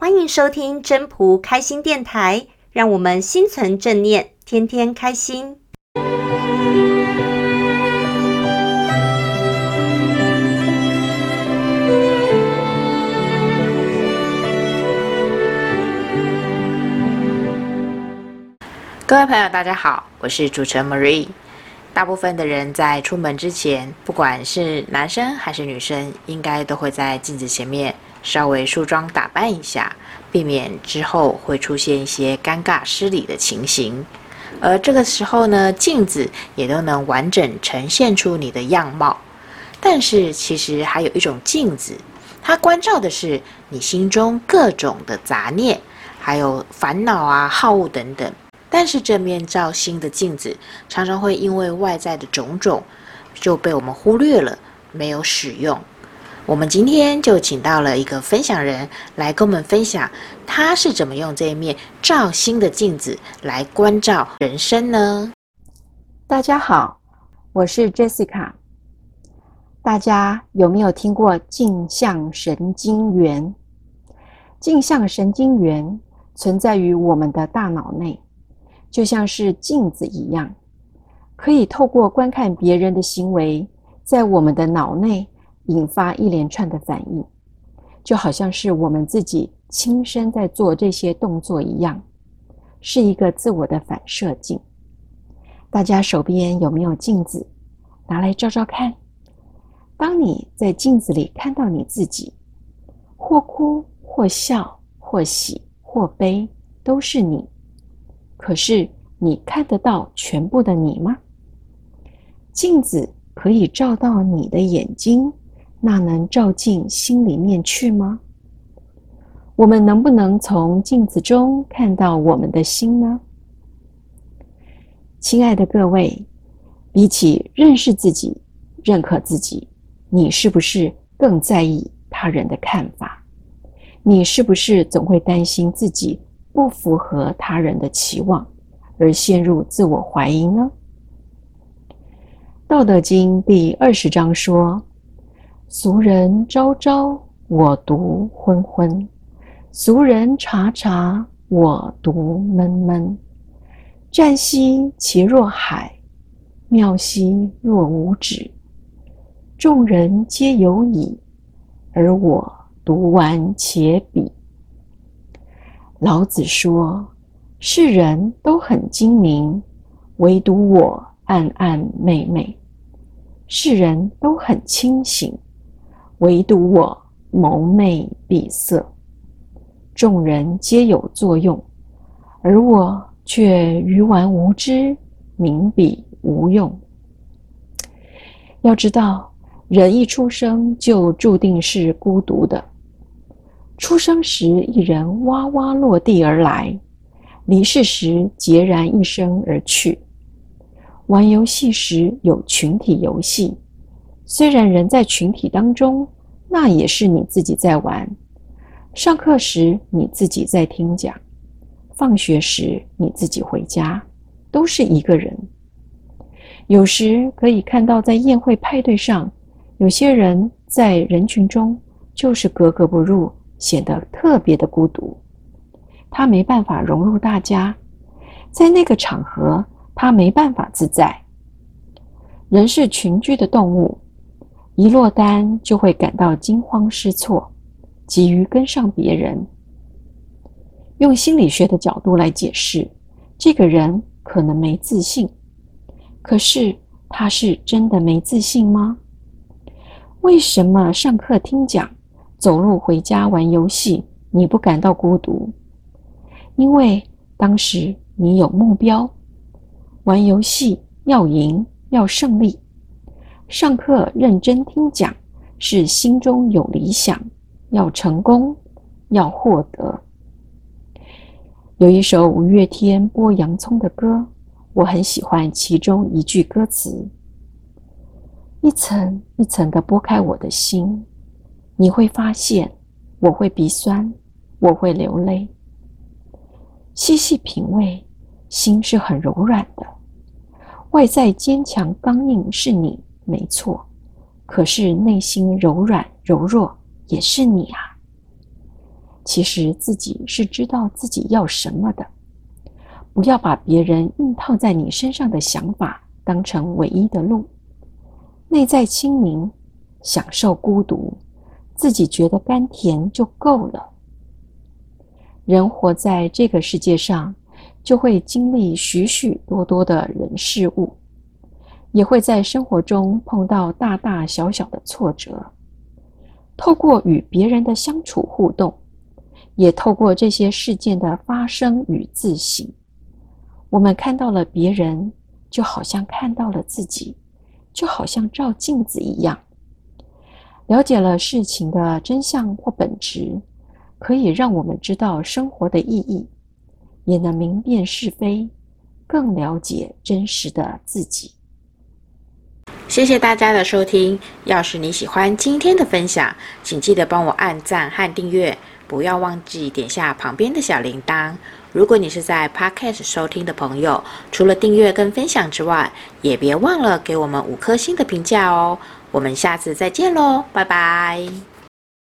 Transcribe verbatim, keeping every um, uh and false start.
欢迎收听真仆开心电台，让我们心存正念，天天开心。 各位朋友大家好，我是主持人 Marie。 大部分的人在出门之前，不管是男生还是女生，应该都会在镜子前面稍微梳妆打扮一下，避免之后会出现一些尴尬失礼的情形。而这个时候呢，镜子也都能完整呈现出你的样貌。但是其实还有一种镜子，它关照的是你心中各种的杂念，还有烦恼啊、好恶等等。但是这面照心的镜子常常会因为外在的种种就被我们忽略了，没有使用。我们今天就请到了一个分享人来跟我们分享，他是怎么用这一面照心的镜子来关照人生呢？ 大家好，我是 Jessica。 大家有没有听过镜像神经元？镜像神经元存在于我们的大脑内，就像是镜子一样，可以透过观看别人的行为，在我们的脑内引发一连串的反应，就好像是我们自己亲身在做这些动作一样，是一个自我的反射镜。大家手边有没有镜子？拿来照照看。当你在镜子里看到你自己，或哭或笑或喜或悲，都是你。可是你看得到全部的你吗？镜子可以照到你的眼睛，那能照进心里面去吗？我们能不能从镜子中看到我们的心呢？亲爱的各位，比起认识自己、认可自己，你是不是更在意他人的看法？你是不是总会担心自己不符合他人的期望，而陷入自我怀疑呢？道德经第二十章说：俗人昭昭，我独昏昏；俗人察察，我独闷闷。湛兮其若海，妙兮若无止。众人皆有矣，而我独顽且鄙。老子说，世人都很精明，唯独我暗暗昧昧；世人都很清醒，唯独我蒙昧闭塞。众人皆有作用，而我却愚顽无知，明彼无用。要知道，人一出生就注定是孤独的。出生时一人哇哇落地而来，离世时孑然一身而去。玩游戏时有群体游戏，虽然人在群体当中，那也是你自己在玩。上课时你自己在听讲，放学时你自己回家，都是一个人。有时可以看到在宴会派对上，有些人在人群中就是格格不入，显得特别的孤独。他没办法融入大家，在那个场合他没办法自在。人是群居的动物，一落单就会感到惊慌失措，急于跟上别人。用心理学的角度来解释，这个人可能没自信，可是他是真的没自信吗？为什么上课听讲，走路回家玩游戏，你不感到孤独？因为当时你有目标，玩游戏要赢，要胜利；上课认真听讲，是心中有理想，要成功，要获得。有一首五月天剥洋葱的歌，我很喜欢其中一句歌词：一层一层地剥开我的心，你会发现我会鼻酸，我会流泪。细细品味，心是很柔软的。外在坚强刚硬是你，没错，可是内心柔软柔弱也是你啊。 其实自己是知道自己要什么的。不要把别人硬套在你身上的想法当成唯一的路。内在清明，享受孤独，自己觉得甘甜就够了。人活在这个世界上，就会经历许许多多的人事物，也会在生活中碰到大大小小的挫折。透过与别人的相处互动，也透过这些事件的发生与自省，我们看到了别人，就好像看到了自己，就好像照镜子一样。了解了事情的真相或本质，可以让我们知道生活的意义，也能明辨是非，更了解真实的自己。 谢谢大家的收听。要是你喜欢今天的分享，请记得帮我按赞和订阅，不要忘记点下旁边的小铃铛。如果你是在 Podcast 收听的朋友，除了订阅跟分享之外，也别忘了给我们五颗星的评价哦。我们下次再见喽，拜拜。